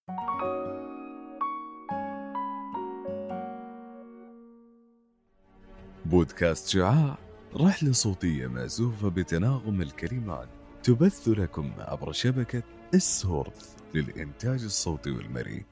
بودكاست شعاع، رحلة صوتية مأزوفة بتناغم الكلمات، تبث لكم عبر شبكة السورث للإنتاج الصوتي والمرئي.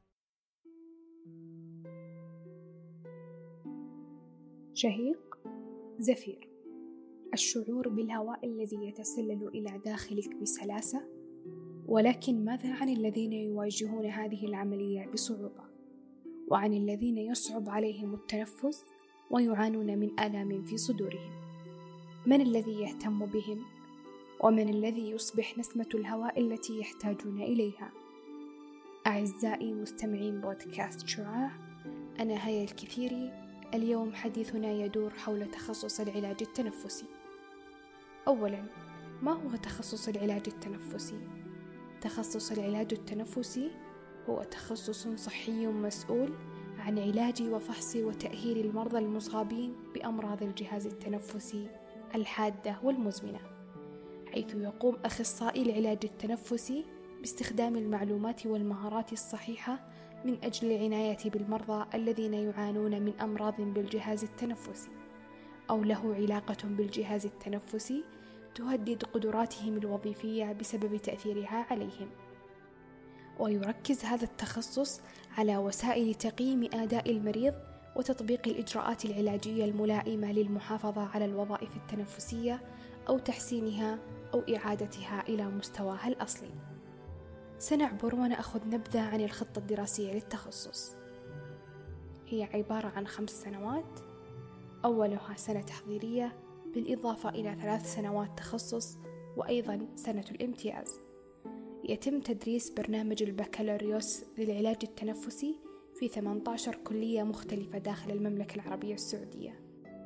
شهيق، زفير، الشعور بالهواء الذي يتسلل إلى داخلك بسلاسة. ولكن ماذا عن الذين يواجهون هذه العملية بصعوبة، وعن الذين يصعب عليهم التنفس ويعانون من آلام في صدورهم؟ من الذي يهتم بهم؟ ومن الذي يصبح نسمة الهواء التي يحتاجون إليها؟ أعزائي مستمعين بودكاست شعاع، أنا هيا الكثيري. اليوم حديثنا يدور حول تخصص العلاج التنفسي. أولاً، ما هو تخصص العلاج التنفسي؟ تخصص العلاج التنفسي هو تخصص صحي مسؤول عن علاج وفحص وتأهيل المرضى المصابين بأمراض الجهاز التنفسي الحادة والمزمنة، حيث يقوم أخصائي العلاج التنفسي باستخدام المعلومات والمهارات الصحيحة من أجل العناية بالمرضى الذين يعانون من أمراض بالجهاز التنفسي أو له علاقة بالجهاز التنفسي تهدد قدراتهم الوظيفية بسبب تأثيرها عليهم. ويركز هذا التخصص على وسائل تقييم أداء المريض وتطبيق الإجراءات العلاجية الملائمة للمحافظة على الوظائف التنفسية أو تحسينها أو إعادتها إلى مستواها الأصلي. سنعبر ونأخذ نبذة عن الخطة الدراسية للتخصص. هي عبارة عن 5 سنوات، أولها سنة تحضيرية بالإضافة إلى 3 سنوات تخصص وأيضا سنة الامتياز. يتم تدريس برنامج البكالوريوس للعلاج التنفسي في 18 كلية مختلفة داخل المملكة العربية السعودية.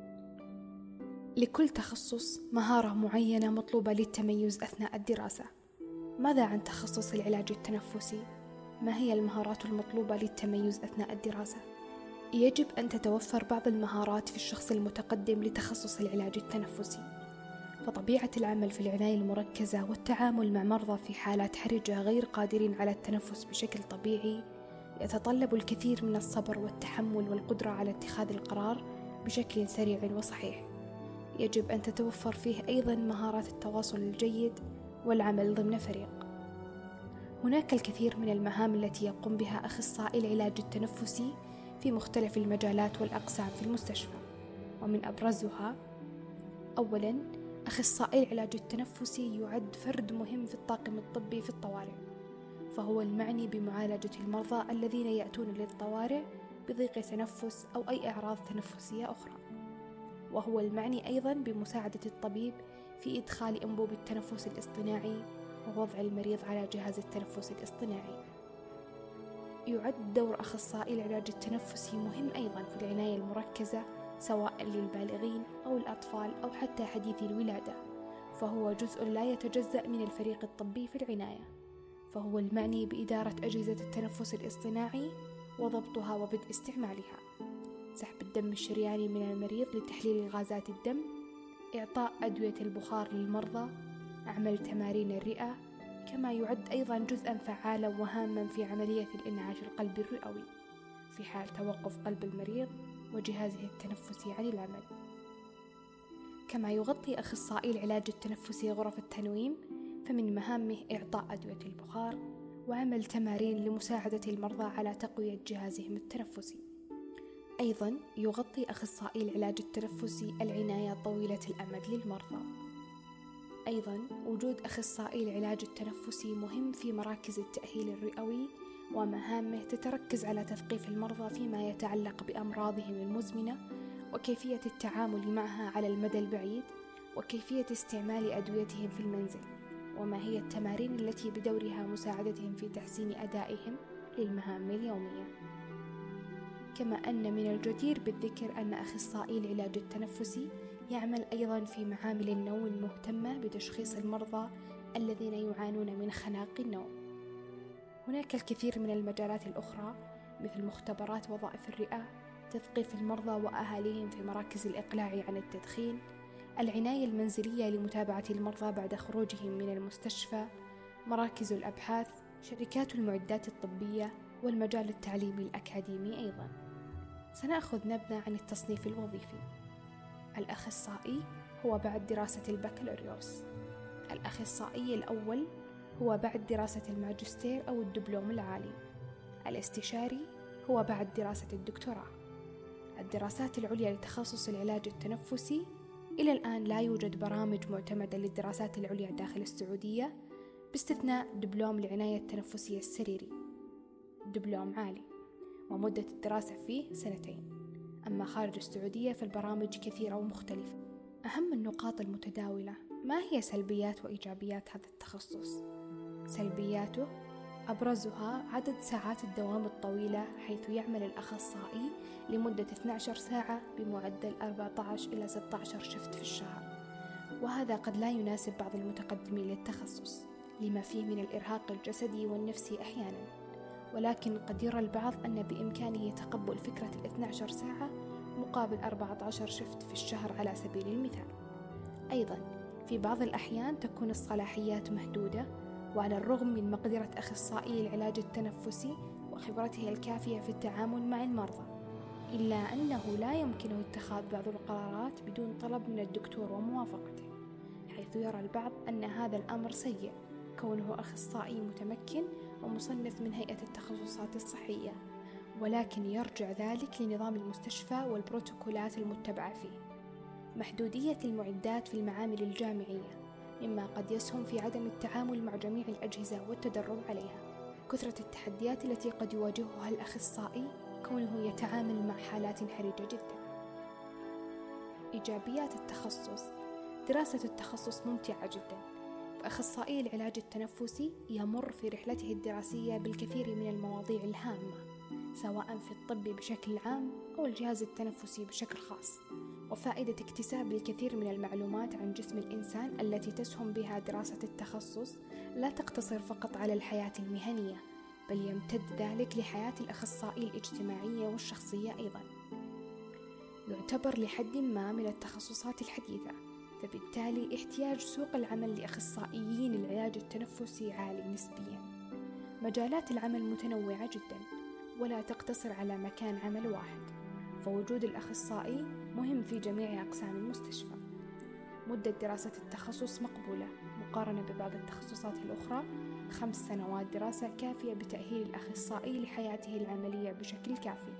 لكل تخصص مهارة معينة مطلوبة للتميز أثناء الدراسة. ماذا عن تخصص العلاج التنفسي؟ ما هي المهارات المطلوبة للتميز أثناء الدراسة؟ يجب أن تتوفر بعض المهارات في الشخص المتقدم لتخصص العلاج التنفسي، فطبيعة العمل في العناية المركزة والتعامل مع مرضى في حالات حرجة غير قادرين على التنفس بشكل طبيعي يتطلب الكثير من الصبر والتحمل والقدرة على اتخاذ القرار بشكل سريع وصحيح. يجب أن تتوفر فيه أيضا مهارات التواصل الجيد والعمل ضمن فريق. هناك الكثير من المهام التي يقوم بها أخصائي العلاج التنفسي في مختلف المجالات والأقسام في المستشفى، ومن أبرزها: أولاً، أخصائي العلاج التنفسي يعد فرد مهم في الطاقم الطبي في الطوارئ، فهو المعني بمعالجة المرضى الذين يأتون للطوارئ بضيق تنفس أو أي أعراض تنفسية أخرى، وهو المعني أيضاً بمساعدة الطبيب في إدخال أنبوب التنفس الاصطناعي ووضع المريض على جهاز التنفس الاصطناعي. يعد دور أخصائي العلاج التنفسي مهم أيضاً في العناية المركزة سواء للبالغين أو الأطفال أو حتى حديثي الولادة، فهو جزء لا يتجزأ من الفريق الطبي في العناية، فهو المعني بإدارة أجهزة التنفس الاصطناعي وضبطها وبدء استعمالها، سحب الدم الشرياني من المريض لتحليل غازات الدم، إعطاء أدوية البخار للمرضى، عمل تمارين الرئة، كما يعد أيضا جزءا فعالا وهاما في عملية الإنعاش القلبي الرئوي في حال توقف قلب المريض وجهازه التنفسي عن العمل. كما يغطي أخصائي العلاج التنفسي غرف التنويم، فمن مهامه إعطاء أدوية البخار وعمل تمارين لمساعدة المرضى على تقوية جهازهم التنفسي. أيضا يغطي أخصائي العلاج التنفسي العناية طويلة الأمد للمرضى. أيضا وجود أخصائي العلاج التنفسي مهم في مراكز التأهيل الرئوي، ومهامه تتركز على تثقيف المرضى فيما يتعلق بأمراضهم المزمنة وكيفية التعامل معها على المدى البعيد، وكيفية استعمال أدويتهم في المنزل، وما هي التمارين التي بدورها مساعدتهم في تحسين أدائهم للمهام اليومية. كما أن من الجدير بالذكر أن أخصائي العلاج التنفسي يعمل أيضا في معامل النوم المهتمة بتشخيص المرضى الذين يعانون من خناق النوم. هناك الكثير من المجالات الأخرى مثل مختبرات وظائف الرئة، تثقيف المرضى وأهاليهم في مراكز الإقلاع عن التدخين، العناية المنزلية لمتابعة المرضى بعد خروجهم من المستشفى، مراكز الأبحاث، شركات المعدات الطبية والمجال التعليمي الأكاديمي أيضا. سنأخذ نبذة عن التصنيف الوظيفي. الأخصائي هو بعد دراسة البكالوريوس. الأخصائي الأول هو بعد دراسة الماجستير أو الدبلوم العالي. الاستشاري هو بعد دراسة الدكتوراه. الدراسات العليا لتخصص العلاج التنفسي، إلى الآن لا يوجد برامج معتمدة للدراسات العليا داخل السعودية باستثناء دبلوم العناية التنفسية السريري، دبلوم عالي، ومدة الدراسة فيه 2 سنين. أما خارج السعودية فالبرامج كثيرة ومختلفة. أهم النقاط المتداولة: ما هي سلبيات وإيجابيات هذا التخصص؟ سلبياته أبرزها عدد ساعات الدوام الطويلة، حيث يعمل الأخصائي لمدة 12 ساعة بمعدل 14 إلى 16 شفت في الشهر، وهذا قد لا يناسب بعض المتقدمين للتخصص لما فيه من الإرهاق الجسدي والنفسي أحيانا، ولكن قد يرى البعض أن بإمكانه تقبل فكرة 12 ساعة مقابل 14 شفت في الشهر على سبيل المثال. أيضا في بعض الأحيان تكون الصلاحيات محدودة، وعلى الرغم من مقدرة أخصائي العلاج التنفسي وخبرته الكافية في التعامل مع المرضى، إلا أنه لا يمكنه اتخاذ بعض القرارات بدون طلب من الدكتور وموافقته، حيث يرى البعض أن هذا الأمر سيء كونه أخصائي متمكن ومصنف من هيئة التخصصات الصحية، ولكن يرجع ذلك لنظام المستشفى والبروتوكولات المتبعة فيه. محدودية المعدات في المعامل الجامعية مما قد يسهم في عدم التعامل مع جميع الأجهزة والتدرب عليها. كثرة التحديات التي قد يواجهها الأخصائي كونه يتعامل مع حالات حرجة جدا. إيجابيات التخصص: دراسة التخصص ممتعة جدا، فأخصائي العلاج التنفسي يمر في رحلته الدراسية بالكثير من المواضيع الهامة، سواء في الطب بشكل عام أو الجهاز التنفسي بشكل خاص، وفائدة اكتساب الكثير من المعلومات عن جسم الإنسان التي تسهم بها دراسة التخصص لا تقتصر فقط على الحياة المهنية، بل يمتد ذلك لحياة الأخصائي الاجتماعية والشخصية أيضا. يعتبر لحد ما من التخصصات الحديثة، فبالتالي احتياج سوق العمل لأخصائيين العلاج التنفسي عالي نسبيا. مجالات العمل متنوعة جدا ولا تقتصر على مكان عمل واحد، فوجود الأخصائي مهم في جميع أقسام المستشفى. مدة دراسة التخصص مقبولة مقارنة ببعض التخصصات الأخرى، 5 سنوات دراسة كافية بتأهيل الأخصائي لحياته العملية بشكل كافي.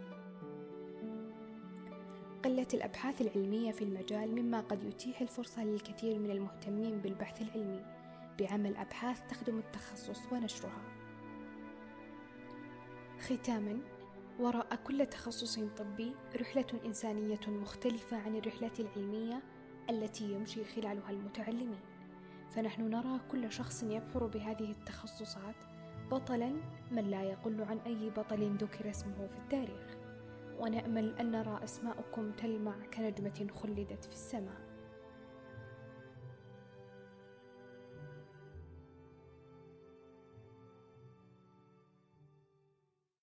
قلة الأبحاث العلمية في المجال مما قد يتيح الفرصة للكثير من المهتمين بالبحث العلمي بعمل أبحاث تخدم التخصص ونشرها. ختاماً، وراء كل تخصص طبي رحلة إنسانية مختلفة عن الرحلات العلمية التي يمشي خلالها المتعلمين، فنحن نرى كل شخص يبحر بهذه التخصصات بطلاً من لا يقل عن أي بطل ذكر اسمه في التاريخ، ونأمل أن نرى أسماءكم تلمع كنجمة خلدت في السماء.